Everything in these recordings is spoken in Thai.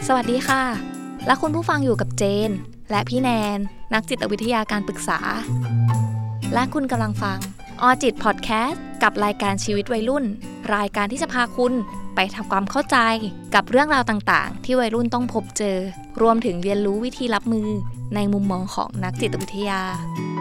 สวัสดีค่ะและคุณผู้ฟังอยู่กับเจนและพี่แนนนักจิตวิทยาการปรึกษาและคุณกำลังฟังออจิตพอดแคสต์กับรายการชีวิตวัยรุ่นรายการที่จะพาคุณไปทำความเข้าใจกับเรื่องราวต่างๆที่วัยรุ่นต้องพบเจอรวมถึงเรียนรู้วิธีรับมือในมุมมองของนักจิตวิทยา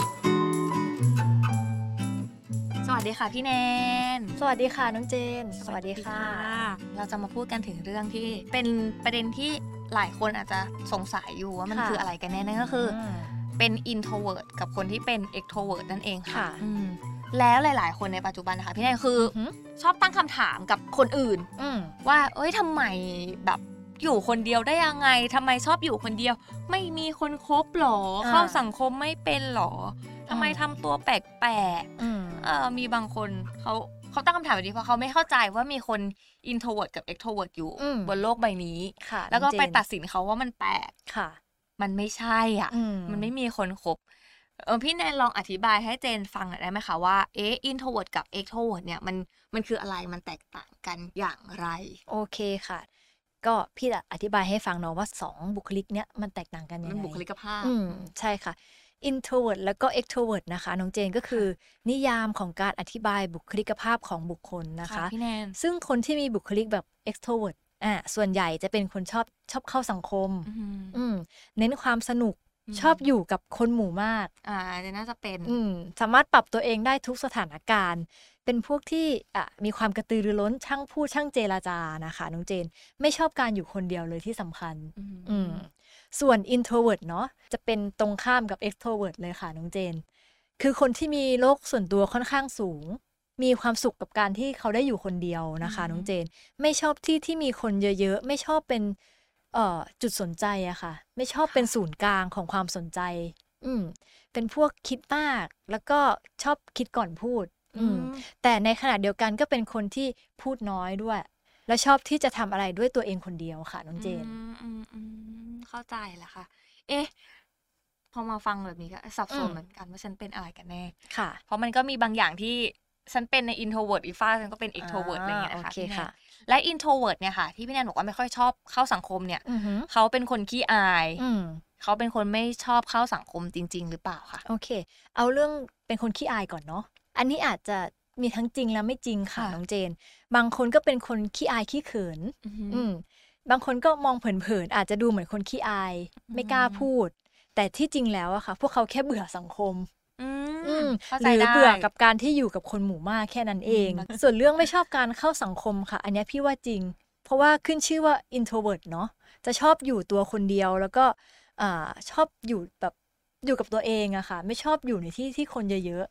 สวัสดีค่ะพี่แนนสวัสดีค่ะน้องเจนสวัสดีค่ะเราจะมาพูดกันถึงเรื่องที่เป็นประเด็นที่หลายคนอาจจะสงสัยอยู่ว่ามันคืออะไรกันแน่นั่นก็คือเป็น introvert กับคนที่เป็น extrovert นั่นเองค่ะแล้วหลายๆคนในปัจจุบันนะคะพี่แนนคือชอบตั้งคำถามกับคนอื่นว่าทำไมแบบอยู่คนเดียวได้ยังไงทำไมชอบอยู่คนเดียวไม่มีคนคบหรอเข้าสังคมไม่เป็นหรอทำไมทำตัวแปลกๆมีบางคนเขาตั้งคำถามแบบนี้เพราะเขาไม่เข้าใจว่ามีคน introvert กับ extrovert อยู่บนโลกใบนี้แล้วก็ไปตัดสินเขาว่ามันแปลกมันไม่ใช่อ่ะมันไม่มีคนคบพี่แนนลองอธิบายให้เจนฟังหน่อยได้ไหมคะว่าintrovert กับ extrovert เนี่ยมันคืออะไรมันแตกต่างกันอย่างไรโอเคค่ะก็พี่จะอธิบายให้ฟังเนาะว่า2บุคลิกเนี้ยมันแตกต่างกันยังไงมันบุคลิกภาพใช่ค่ะ introvert แล้วก็ extrovert นะคะน้องเจนก็คือนิยามของการอธิบายบุคลิกภาพของบุคคลนะคะพี่แนนซึ่งคนที่มีบุคลิกแบบ extrovert ส่วนใหญ่จะเป็นคนชอบเข้าสังคมเน้นความสนุกชอบอยู่กับคนหมู่มากน่าจะเป็นสามารถปรับตัวเองได้ทุกสถานการณ์เป็นพวกที่มีความกระตือรือร้นช่างพูดช่างเจรจานะคะน้องเจนไม่ชอบการอยู่คนเดียวเลยที่สำคัญส่วน introvert เนาะจะเป็นตรงข้ามกับ extrovert เลยค่ะน้องเจนคือคนที่มีโลกส่วนตัวค่อนข้างสูงมีความสุขกับการที่เขาได้อยู่คนเดียวนะคะน้องเจนไม่ชอบที่มีคนเยอะๆไม่ชอบเป็นจุดสนใจอะค่ะไม่ชอบเป็นศูนย์กลางของความสนใจเป็นพวกคิดมากแล้วก็ชอบคิดก่อนพูดแต่ในขณะเดียวกันก็เป็นคนที่พูดน้อยด้วยแล้วชอบที่จะทำอะไรด้วยตัวเองคนเดียวค่ะน้องเจนเข้าใจแล้วค่ะพอมาฟังแบบนี้ก็สับสนเหมือนกันว่าฉันเป็นอะไรกันแน่ค่ะเพราะมันก็มีบางอย่างที่ฉันเป็นใน introvert อีกฝ้าฉันก็เป็น extrovert อะไรอย่างเงี้ยนะคะและ introvert เนี่ยค่ะที่พี่แนนบอกว่าไม่ค่อยชอบเข้าสังคมเนี่ยเขาเป็นคนขี้อายเขาเป็นคนไม่ชอบเข้าสังคมจริงๆหรือเปล่าคะโอเคเอาเรื่องเป็นคนขี้อายก่อนเนาะอันนี้อาจจะมีทั้งจริงและไม่จริงค่ะน้องเจนบางคนก็เป็นคนขี้อายขี้เขินบางคนก็มองเผินๆอาจจะดูเหมือนคนขี้อายไม่กล้าพูดแต่ที่จริงแล้วอะค่ะพวกเขาแค่เบื่อสังคมหรือเบื่อกับการที่อยู่กับคนหมู่มากแค่นั้นเองส่วนเรื่องไม่ชอบการเข้าสังคมค่ะอันนี้พี่ว่าจริงเพราะว่าขึ้นชื่อว่า introvert เนาะจะชอบอยู่ตัวคนเดียวแล้วก็ชอบอยู่แบบอยู่กับตัวเองอะค่ะไม่ชอบอยู่ในที่คนเยอะ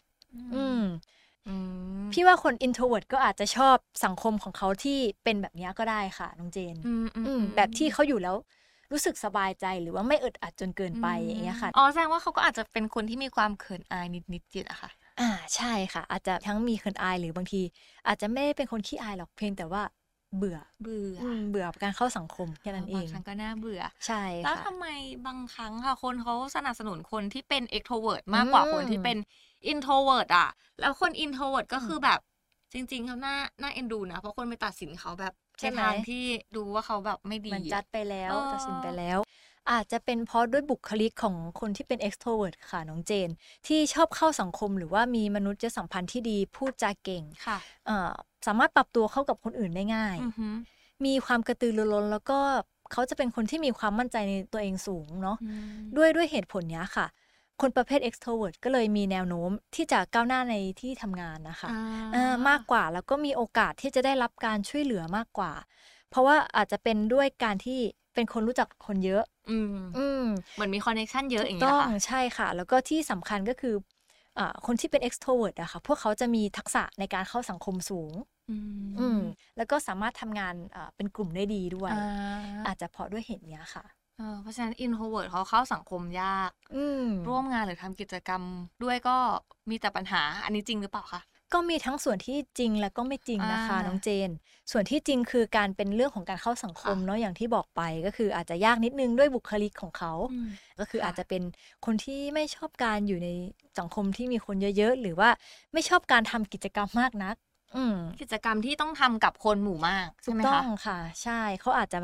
ๆพี่ว่าคน introvert ก็อาจจะชอบสังคมของเขาที่เป็นแบบนี้ก็ได้ค่ะน้องเจนแบบที่เขาอยู่แล้วรู้สึกสบายใจหรือว่าไม่อึดอัดจนเกินไปอย่างเงี้ยค่ะแสดงว่าเขาก็อาจจะเป็นคนที่มีความเขินอายนิดๆจิตอะค่ะใช่ค่ะอาจจะทั้งมีเขินอายหรือบางทีอาจจะไม่ได้เป็นคนขี้อายหรอกเพียงแต่ว่าเบื่อการเข้าสังคมแค่นั้นเองบางครั้งก็น่าเบื่อใช่ค่ะแล้วทำไมบางครั้งค่ะคนเขาสนับสนุนคนที่เป็น extrovert มากกว่าคนที่เป็น introvert อะแล้วคน introvert ก็คือแบบจริงๆเขาน่าเอ็นดูนะเพราะคนไปตัดสินเขาแบบในทางที่ดูว่าเขาแบบไม่ดีมันจัดไปแล้วตัดสินไปแล้วอาจจะเป็นเพราะด้วยบุคลิกของคนที่เป็น extrovert ค่ะน้องเจนที่ชอบเข้าสังคมหรือว่ามีมนุษยสัมพันธ์ที่ดีพูดจาเก่งสามารถปรับตัวเข้ากับคนอื่นได้ง่ายมีความกระตือรือร้นแล้วก็เขาจะเป็นคนที่มีความมั่นใจในตัวเองสูงเนาะด้วยเหตุผลนี้ค่ะคนประเภท extrovert ก็เลยมีแนวโน้มที่จะก้าวหน้าในที่ทำงานนะคะมากกว่าแล้วก็มีโอกาสที่จะได้รับการช่วยเหลือมากกว่าเพราะว่าอาจจะเป็นด้วยการที่เป็นคนรู้จักคนเยอะเหมือนมีคอนเนคชั่นเยอะอย่างเงี้ยค่ะต้องใช่ค่ะแล้วก็ที่สำคัญก็คือคนที่เป็น extrovert อะค่ะพวกเขาจะมีทักษะในการเข้าสังคมสูงแล้วก็สามารถทำงานเป็นกลุ่มได้ดีด้วยอาจจะเพราะด้วยเหตุนี้ค่ะเพราะฉะนั้น introvert เขาเข้าสังคมยากร่วมงานหรือทำกิจกรรมด้วยก็มีแต่ปัญหาอันนี้จริงหรือเปล่าคะก็มีทั้งส่วนที่จริงและก็ไม่จริงนะคะน้องเจนส่วนที่จริงคือการเป็นเรื่องของการเข้าสังคมเนาะอย่างที่บอกไปก็คืออาจจะยากนิดนึงด้วยบุคลิกของเขาก็คืออาจจะเป็นคนที่ไม่ชอบการอยู่ในสังคมที่มีคนเยอะๆหรือว่าไม่ชอบการทำกิจกรรมมากนักกิจกรรมที่ต้องทำกับคนหมู่มากใช่ไหมคะต้องค่ะใช่เขาอาจจะแบบ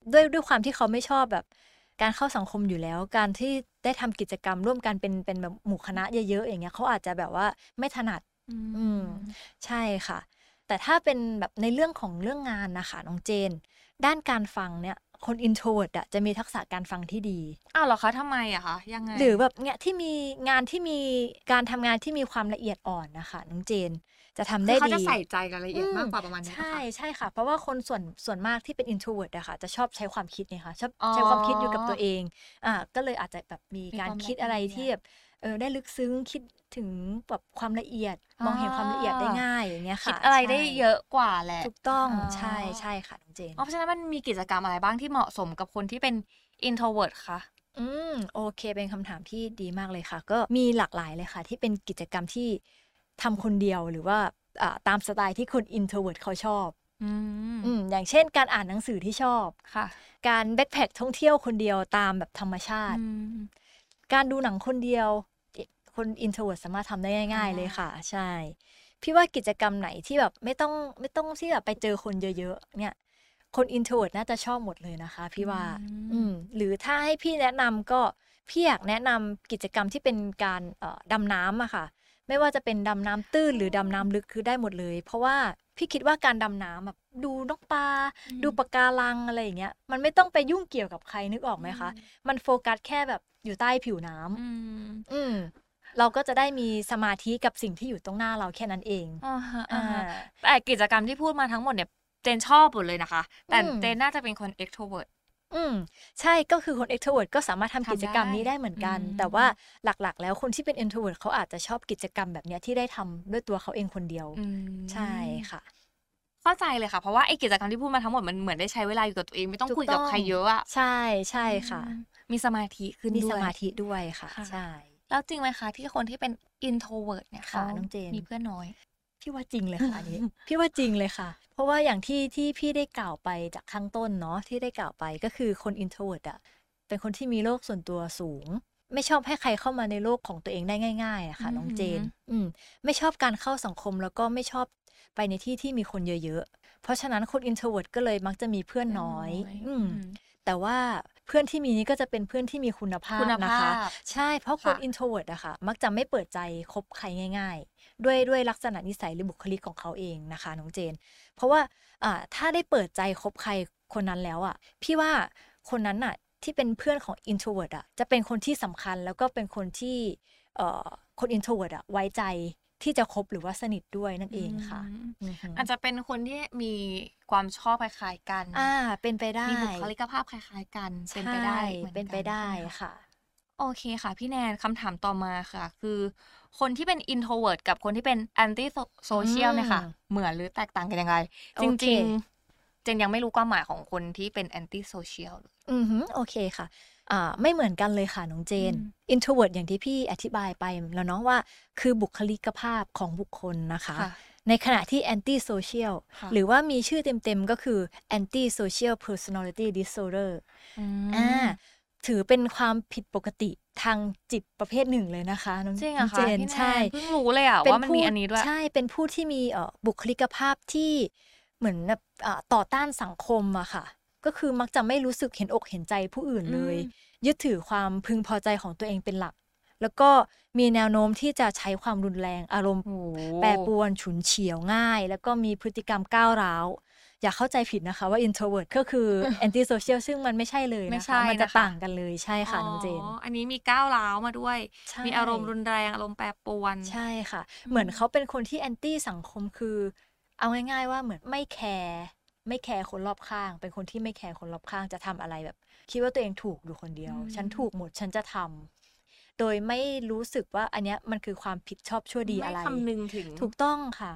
ด้วยความที่เขาไม่ชอบแบบการเข้าสังคมอยู่แล้วการที่ได้ทำกิจกรรมร่วมกันเป็นแบบหมู่คณะเยอะๆอย่างเงี้ยเขาอาจจะแบบว่าไม่ถนัดใช่ค่ะแต่ถ้าเป็นแบบในเรื่องงานนะคะน้องเจนด้านการฟังเนี่ยคน introvert จะมีทักษะการฟังที่ดีอ้าวเหรอคะทำไมอะคะยังไงหรือแบบเนี่ยที่มีงานที่มีการทำงานที่มีความละเอียดอ่อนนะคะน้องเจนจะทำได้ดีเขาจะใส่ใจกับละเอียดมากกว่าประมาณนี้ใช่ใช่ค่ะเพราะว่าคนส่วนมากที่เป็น introvert อะค่ะจะชอบใช้ความคิดเนี่ยค่ะชอบใช้ความคิดอยู่กับตัวเองก็เลยอาจจะแบบมีการคิดอะไรที่แบบได้ลึกซึ้งคิดถึงแบบความละเอียดมองเห็นความละเอียดได้ง่ายอย่างเงี้ยค่ะคิดอะไรได้เยอะกว่าแหละถูกต้องใช่ใช่ค่ะน้องเจนเพราะฉะนั้นมันมีกิจกรรมอะไรบ้างที่เหมาะสมกับคนที่เป็น introvert คะโอเคเป็นคำถามที่ดีมากเลยค่ะก็มีหลากหลายเลยค่ะที่เป็นกิจกรรมที่ทำคนเดียวหรือว่าตามสไตล์ที่คน introvert เขาชอบอย่างเช่นการอ่านหนังสือที่ชอบการแบ็คแพ็คท่องเที่ยวคนเดียวตามแบบธรรมชาติการดูหนังคนเดียวคน introvert สามารถทำได้ง่ายๆเลยค่ะใช่พี่ว่ากิจกรรมไหนที่แบบไม่ต้องที่แบบไปเจอคนเยอะๆเนี่ยคน introvert น่าจะชอบหมดเลยนะคะพี่ว่าหรือถ้าให้พี่แนะนำก็พี่อยากแนะนำกิจกรรมที่เป็นการดำน้ำอะค่ะไม่ว่าจะเป็นดำน้ำตื้นหรือดำน้ำลึกคือได้หมดเลยเพราะว่าพี่คิดว่าการดำน้ำแบบดูนกปลาดูปะการังอะไรอย่างเงี้ยมันไม่ต้องไปยุ่งเกี่ยวกับใครนึกออกไหมคะมันโฟกัสแค่แบบอยู่ใต้ผิวน้ำเราก็จะได้มีสมาธิกับสิ่งที่อยู่ตรงหน้าเราแค่นั้นเองแต่กิจกรรมที่พูดมาทั้งหมดเนี่ยเจนชอบหมดเลยนะคะแต่เจนน่าจะเป็นคน extrovert ใช่ก็คือคน extrovert ก็สามารถทำกิจกรรมนี้ได้เหมือนกันแต่ว่าหลักๆแล้วคนที่เป็น introvert เขาอาจจะชอบกิจกรรมแบบนี้ที่ได้ทำด้วยตัวเขาเองคนเดียวใช่ค่ะเข้าใจเลยค่ะเพราะว่าไอ้กิจกรรมที่พูดมาทั้งหมดมันเหมือนได้ใช้เวลาอยู่กับตัวเองไม่ต้องคุยกับใครเยอะอะใช่ใช่ค่ะมีสมาธิขึ้นมีสมาธิด้วยค่ะใช่แล้วจริงไหมคะที่คนที่เป็น introvert เนี่ยเขาน้องเจนมีเพื่อนน้อยพี่ว่าจริงเลยค่ะอันนี้พี่ว่าจริงเลยค่ะเพราะว่าอย่างที่พี่ได้กล่าวไปจากข้างต้นเนาะที่ได้กล่าวไปก็คือคน introvert เป็นคนที่มีโลกส่วนตัวสูงไม่ชอบให้ใครเข้ามาในโลกของตัวเองได้ง่ายๆอะค่ะน้องเจนไม่ชอบการเข้าสังคมแล้วก็ไม่ชอบไปในที่ที่มีคนเยอะๆเพราะฉะนั้นคน introvert ก็เลยมักจะมีเพื่อนน้อยแต่ว่าเพื่อนที่มีนี้ก็จะเป็นเพื่อนที่มีคุณภาพนะคะใช่เพราะคน introvert อะค่ะมักจะไม่เปิดใจคบใครง่ายๆด้วยลักษณะนิสัยหรือบุคลิกของเขาเองนะคะน้องเจนเพราะว่าถ้าได้เปิดใจคบใครคนนั้นแล้วอะพี่ว่าคนนั้นอะที่เป็นเพื่อนของ introvert จะเป็นคนที่สำคัญแล้วก็เป็นคนที่คน introvert ไว้ใจที่จะคบหรือว่าสนิทด้วยนั่นเองค่ะอาจจะเป็นคนที่มีความชอบคล้ายๆกันเป็นไปได้มีบุคลิกภาพคล้ายๆกันเป็นไปได้เป็นไปได้ค่ะโอเคค่ะพี่แนนคำถามต่อมาค่ะคือคนที่เป็น introvert กับคนที่เป็น anti social เนี่ยค่ะเหมือนหรือแตกต่างกันยังไงจริงๆเจนยังไม่รู้ความหมายของคนที่เป็น anti social โอเคค่ะไม่เหมือนกันเลยค่ะน้องเจน introvert อย่างที่พี่อธิบายไปแล้วเนาะว่าคือบุคลิกภาพของบุคคลนะคะในขณะที่ anti social หรือว่ามีชื่อเต็มๆก็คือ anti social personality disorder ถือเป็นความผิดปกติทางจิตประเภทหนึ่งเลยนะคะน้องเจนใช่เพิ่งรู้เลยอะว่ามันมีอันนี้ด้วยใช่เป็นผู้ที่มีบุคลิกภาพที่เหมือนแบบต่อต้านสังคมอะค่ะก็คือมักจะไม่รู้สึกเห็นอกเห็นใจผู้อื่นเลยยึดถือความพึงพอใจของตัวเองเป็นหลักแล้วก็มีแนวโน้มที่จะใช้ความรุนแรงอารมณ์แปรปรวนฉุนเฉียวง่ายแล้วก็มีพฤติกรรมก้าวร้าวอย่าเข้าใจผิดนะคะว่า introvert ก็คือ anti social ซึ่งมันไม่ใช่เลยนะคะมันจะต่างกันเลยใช่ค่ะน้องเจนอันนี้มีก้าวร้าวมาด้วยมีอารมณ์รุนแรงอารมณ์แปรปรวนใช่ค่ะเหมือนเขาเป็นคนที่ anti สังคมคือเอาง่ายๆว่าเหมือนไม่แคร์คนรอบข้างเป็นคนที่ไม่แคร์คนรอบข้างจะทำอะไรแบบคิดว่าตัวเองถูกอยู่คนเดียวฉันถูกหมดฉันจะทำโดยไม่รู้สึกว่าอันเนี้ยมันคือความผิดชอบชั่วดีอะไรไม่คำนึงถึงถูกต้องค่ะ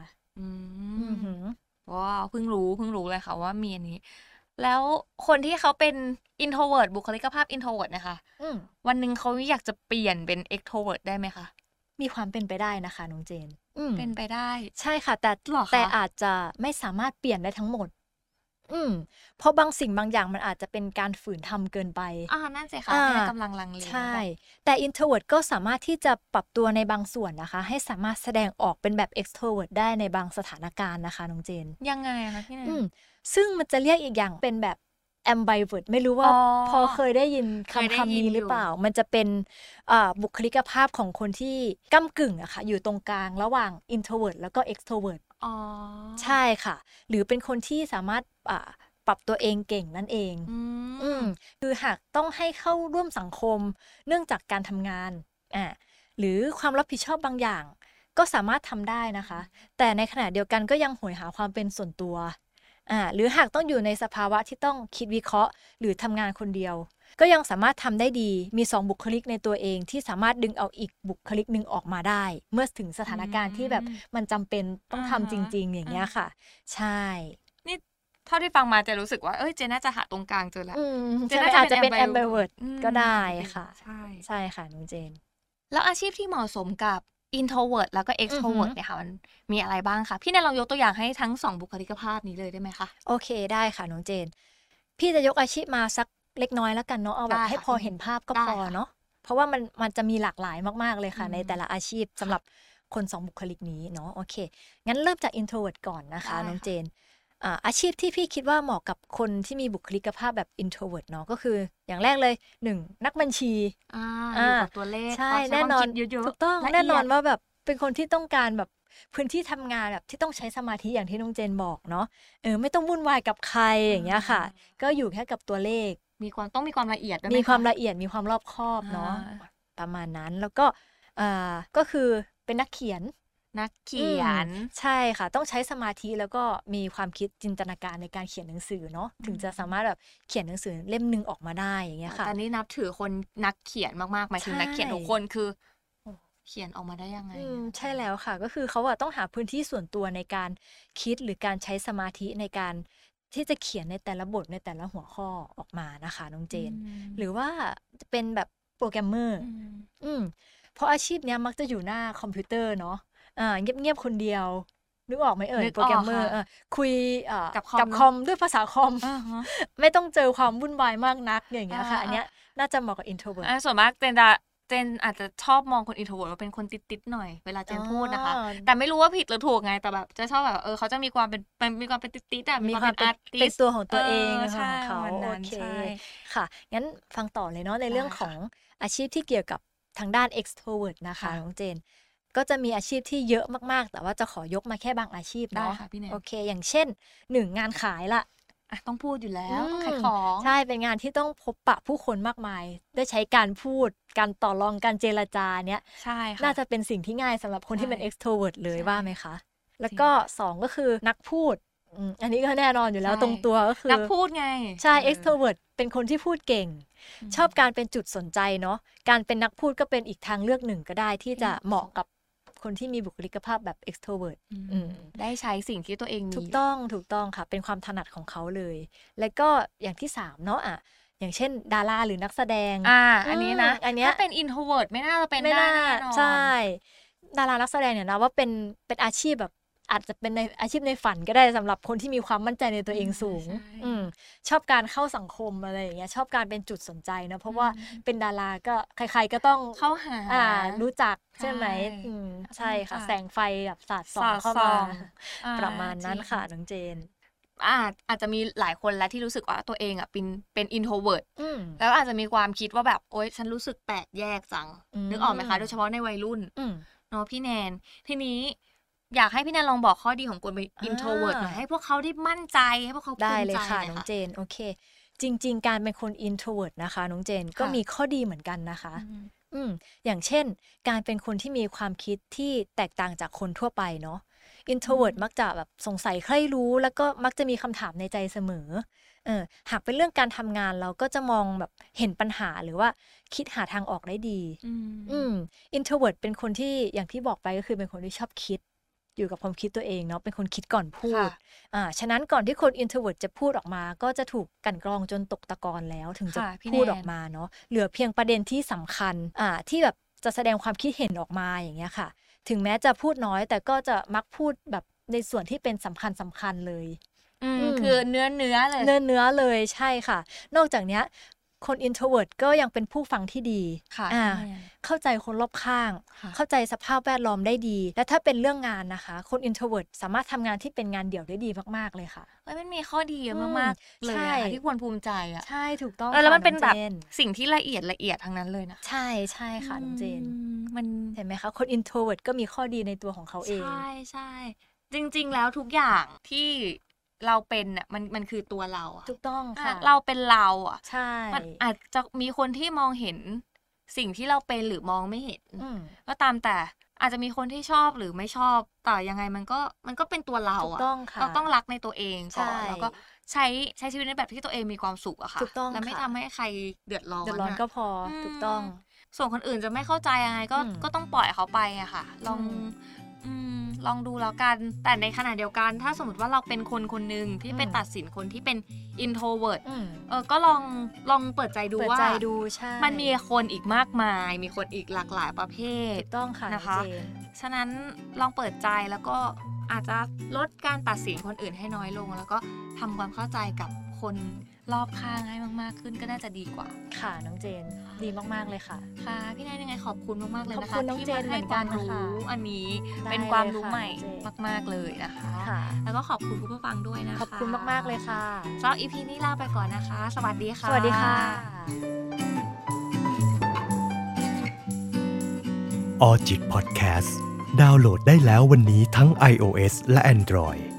ว้าวเพิ่งรู้เลยค่ะว่ามีอันนี้แล้วคนที่เขาเป็น introvert บุคลิกภาพ introvert นะคะวันหนึ่งเขาอยากจะเปลี่ยนเป็น extrovert ได้ไหมคะมีความเป็นไปได้นะคะน้องเจนเป็นไปได้ใช่ค่ะแต่อาจจะไม่สามารถเปลี่ยนได้ทั้งหมดเพราะบางสิ่งบางอย่างมันอาจจะเป็นการฝืนทำเกินไปนั่นสิค่ะกำลังลังเลใช่แต่ introvert ก็สามารถที่จะปรับตัวในบางส่วนนะคะให้สามารถแสดงออกเป็นแบบ extrovert ได้ในบางสถานการณ์นะคะน้องเจนยังไงคะพี่แนนซึ่งมันจะเรียกอีกอย่างเป็นแบบ ambivert ไม่รู้ว่าพอเคยได้ยินคำนี้หรือเปล่ามันจะเป็นบุคลิกภาพของคนที่ก้ำกึ่งอะค่ะอยู่ตรงกลางระหว่าง introvert แล้วก็ extrovert ใช่ค่ะหรือเป็นคนที่สามารถปรับตัวเองเก่งนั่นเองคือหากต้องให้เข้าร่วมสังคมเนื่องจากการทำงานหรือความรับผิดชอบบางอย่างก็สามารถทำได้นะคะแต่ในขณะเดียวกันก็ยังโหยหาความเป็นส่วนตัวหรือหากต้องอยู่ในสภาวะที่ต้องคิดวิเคราะห์หรือทำงานคนเดียวก็ยังสามารถทำได้ดีมี2บุคลิกในตัวเองที่สามารถดึงเอาอีกบุคลิกนึงออกมาได้เมื่อถึงสถานการณ์ที่แบบมันจำเป็นต้องทำจริงๆอย่างเงี้ยค่ะใช่นี่เท่าที่ฟังมาจะรู้สึกว่าเจน่าจะหาตรงกลางเจอแล้วเจน่าอาจจะเป็น ambivert ก็ได้ค่ะใช่ค่ะน้องเจนแล้วอาชีพที่เหมาะสมกับ introvert แล้วก็ extrovert เนี่ยค่ะมันมีอะไรบ้างคะพี่แนนลองยกตัวอย่างให้ทั้ง2บุคลิกภาพนี้เลยได้ไหมคะโอเคได้ค่ะน้องเจนพี่จะยกอาชีพมาสักเล็กน้อยแล้วกันเนาะเอาแบบให้พอเห็นภาพก็พอเนาะเพราะว่ามันจะมีหลากหลายมากๆเลยค่ะในแต่ละอาชีพสำหรับคน2บุคลิกนี้เนาะโอเคงั้นเริ่มจาก introvert ก่อนนะคะน้องเจนอาชีพที่พี่คิดว่าเหมาะกับคนที่มีบุคลิกภาพแบบ introvert เนาะก็คืออย่างแรกเลย1นักบัญชีอยู่กับตัวเลขใช่แน่นอนถูกต้องแน่นอนว่าแบบเป็นคนที่ต้องการแบบพื้นที่ทำงานแบบที่ต้องใช้สมาธิอย่างที่น้องเจนบอกเนาะไม่ต้องวุ่นวายกับใครอย่างเงี้ยค่ะก็อยู่แค่กับตัวเลขต้องมีความละเอียดมีความละเอียดมีความรอบคอบเนาะประมาณนั้นแล้วก็ก็คือเป็นนักเขียนใช่ค่ะต้องใช้สมาธิแล้วก็มีความคิดจินตนาการในการเขียนหนังสือเนาะถึงจะสามารถแบบเขียนหนังสือเล่มนึงออกมาได้อย่างเงี้ยค่ะแต่นี่นับถือคนนักเขียนมากๆหมายถึงนักเขียนทุกคนคือเขียนออกมาได้ยังไงใช่แล้วค่ะก็คือเขาต้องหาพื้นที่ส่วนตัวในการคิดหรือการใช้สมาธิในการที่จะเขียนในแต่ละบทในแต่ละหัวข้อออกมานะคะน้องเจนหรือว่าจะเป็นแบบโปรแกรมเมอร์เพราะอาชีพเนี้ยมักจะอยู่หน้าคอมพิวเตอร์เนาะเงียบๆคนเดียวนึกออกไหมโปรแกรมเมอร์คุยกับคอมด้วยภาษาคอมไม่ต้องเจอความวุ่นวายมากนักอย่างเงี้ยค่ะอันเนี้ยน่าจะเหมาะกับ introvert ส่วนมากเจนอาจจะชอบมองคน introvert ว่าเป็นคนติดๆหน่อยเวลาเจนพูดนะคะแต่ไม่รู้ว่าผิดหรือถูกไงแต่แบบจะชอบแบบเขาจะมีความเป็นติดๆมีความเป็นอาร์ติสต์ตัวของตัวเองของเขาโอเคค่ะงั้นฟังต่อเลยเนาะในเรื่องของอาชีพที่เกี่ยวกับทางด้าน extrovert นะคะน้องเจนก็จะมีอาชีพที่เยอะมากๆแต่ว่าจะขอยกมาแค่บางอาชีพเนาะโอเคอย่างเช่น1งานขายละต้องพูดอยู่แล้วต้องขายของใช่เป็นงานที่ต้องพบปะผู้คนมากมายได้ใช้การพูดการต่อรองการเจรจาเนี้ยใช่ค่ะน่าจะเป็นสิ่งที่ง่ายสำหรับคนที่เป็น extrovert เลยว่าไหมคะแล้วก็2ก็คือนักพูดอันนี้ก็แน่นอนอยู่แล้วตรงตัวก็คือนักพูดไงใช่ extrovert เป็นคนที่พูดเก่งชอบการเป็นจุดสนใจเนาะการเป็นนักพูดก็เป็นอีกทางเลือกหนึ่งก็ได้ที่จะเหมาะกับคนที่มีบุคลิกภาพแบบ extrovert ได้ใช้สิ่งที่ตัวเองมีถูกต้องค่ะเป็นความถนัดของเขาเลยแล้วก็อย่างที่3เนาะอย่างเช่นดาราหรือนักแสดงอันนี้นะอันนี้ถ้าเป็น introvert ไม่น่าจะเป็นได้แน่นอนใช่ดารานักแสดงเนี่ยนะว่าเป็นอาชีพแบบอาจจะเป็นในอาชีพในฝันก็ได้สำหรับคนที่มีความมั่นใจในตัวเองสูงชอบการเข้าสังคมอะไรอย่างเงี้ยชอบการเป็นจุดสนใจนะเพราะว่าเป็นดาราก็ใครๆก็ต้องเข้าหารู้จักใช่ไหมใช่ค่ะแสงไฟแบบสาดส่องเข้ามาประมาณนั้นค่ะน้องเจนอาจจะมีหลายคนแล้วที่รู้สึกว่าตัวเองเป็น introvert แล้วอาจจะมีความคิดว่าแบบโอ๊ยฉันรู้สึกแปลกแยกจังนึกออกไหมคะโดยเฉพาะในวัยรุ่นเนาะพี่แนนทีนี้อยากให้พี่แนนลองบอกข้อดีของคนเป็น introvert หน่อยให้พวกเขาได้มั่นใจให้พวกเขาภูมิใจได้เลยค่ะน้องเจนโอเคจริงๆการเป็นคน introvert นะคะน้องเจนก็มีข้อดีเหมือนกันนะคะอย่างเช่นการเป็นคนที่มีความคิดที่แตกต่างจากคนทั่วไปเนาะ introvert มักจะแบบสงสัยใคร่รู้แล้วก็มักจะมีคำถามในใจเสมอหากเป็นเรื่องการทำงานเราก็จะมองแบบเห็นปัญหาหรือว่าคิดหาทางออกได้ดีintrovert เป็นคนที่อย่างที่บอกไปก็คือเป็นคนที่ชอบคิดอยู่กับความคิดตัวเองเนาะเป็นคนคิดก่อนพูดฉะนั้นก่อนที่คน introvert จะพูดออกมาก็จะถูกกั่นกรองจนตกตะกอนแล้วถึงจะพูดออกมาเนาะเหลือเพียงประเด็นที่สำคัญที่แบบจะแสดงความคิดเห็นออกมาอย่างเงี้ยค่ะถึงแม้จะพูดน้อยแต่ก็จะมักพูดแบบในส่วนที่เป็นสำคัญเลยคือเนื้อเลยเนื้อเลยใช่ค่ะนอกจากเนี้ยคน introvert ก็ยังเป็นผู้ฟังที่ดีเข้าใจคนรอบข้างเข้าใจสภาพแวดล้อมได้ดีและถ้าเป็นเรื่องงานนะคะคน introvert สามารถทำงานที่เป็นงานเดี่ยวได้ดีมากๆเลยค่ะมันมีข้อดีเยอะมากๆเลยที่ควรภูมิใจอ่ะใช่ถูกต้องแล้วมันเป็นแบบสิ่งที่ละเอียดทั้งนั้นเลยนะใช่ใช่ค่ะน้องเจนมันเห็นไหมคะคน introvert ก็มีข้อดีในตัวของเขาเองใช่จริงๆแล้วทุกอย่างที่เราเป็นอ่ะมันคือตัวเราถูกต้องค่ะเราเป็นเราอ่ะใช่มันอาจจะมีคนที่มองเห็นสิ่งที่เราเป็นหรือมองไม่เห็นก็ตามแต่อาจจะมีคนที่ชอบหรือไม่ชอบแต่ยังไงมันก็เป็นตัวเราอ่ะเราต้องรักในตัวเองก่อนแล้วก็ใช้ชีวิตในแบบที่ตัวเองมีความสุขอะค่ะและไม่ทำให้ใครเดือดร้อนก็พอถูกต้องส่วนคนอื่นจะไม่เข้าใจยังไงก็ต้องปล่อยเขาไปอะค่ะลองดูแล้วกันแต่ในขณะเดียวกันถ้าสมมติว่าเราเป็นคนนึงที่ไปตัดสินคนที่เป็น introvert ก็ลองเปิดใจดูว่ามันมีคนอีกมากมายมีคนอีกหลากหลายประเภทถูกต้องค่ะนะคะฉะนั้นลองเปิดใจแล้วก็อาจจะลดการตัดสินคนอื่นให้น้อยลงแล้วก็ทำความเข้าใจกับคนรอบข้างให้มากๆขึ้นก็น่าจะดีกว่าค่ะน้องเจนดีมากๆเลยค่ะค่ะพี่นายยังไงขอบคุณมากๆเลยนะคะที่มาให้ความรู้อันนี้เป็นความรู้ใหม่มากๆเลยนะคะแล้วก็ขอบคุณผู้ฟังด้วยนะคะขอบคุณมากๆเลยค่ะสำหรับ EP นี้ลาไปก่อนนะคะสวัสดีค่ะสวัสดีค่ะออจิตพอดแคสต์ดาวน์โหลดได้แล้ววันนี้ทั้ง iOS และ Android